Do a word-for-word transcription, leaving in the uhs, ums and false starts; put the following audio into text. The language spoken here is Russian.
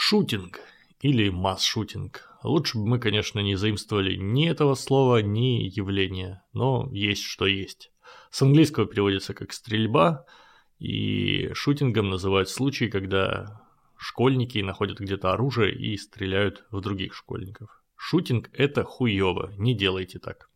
Шутинг или масс-шутинг. Лучше бы мы, конечно, не заимствовали ни этого слова, ни явления, но есть что есть. С английского переводится как «стрельба», и шутингом называют случаи, когда школьники находят где-то оружие и стреляют в других школьников. Шутинг – это хуёво, не делайте так.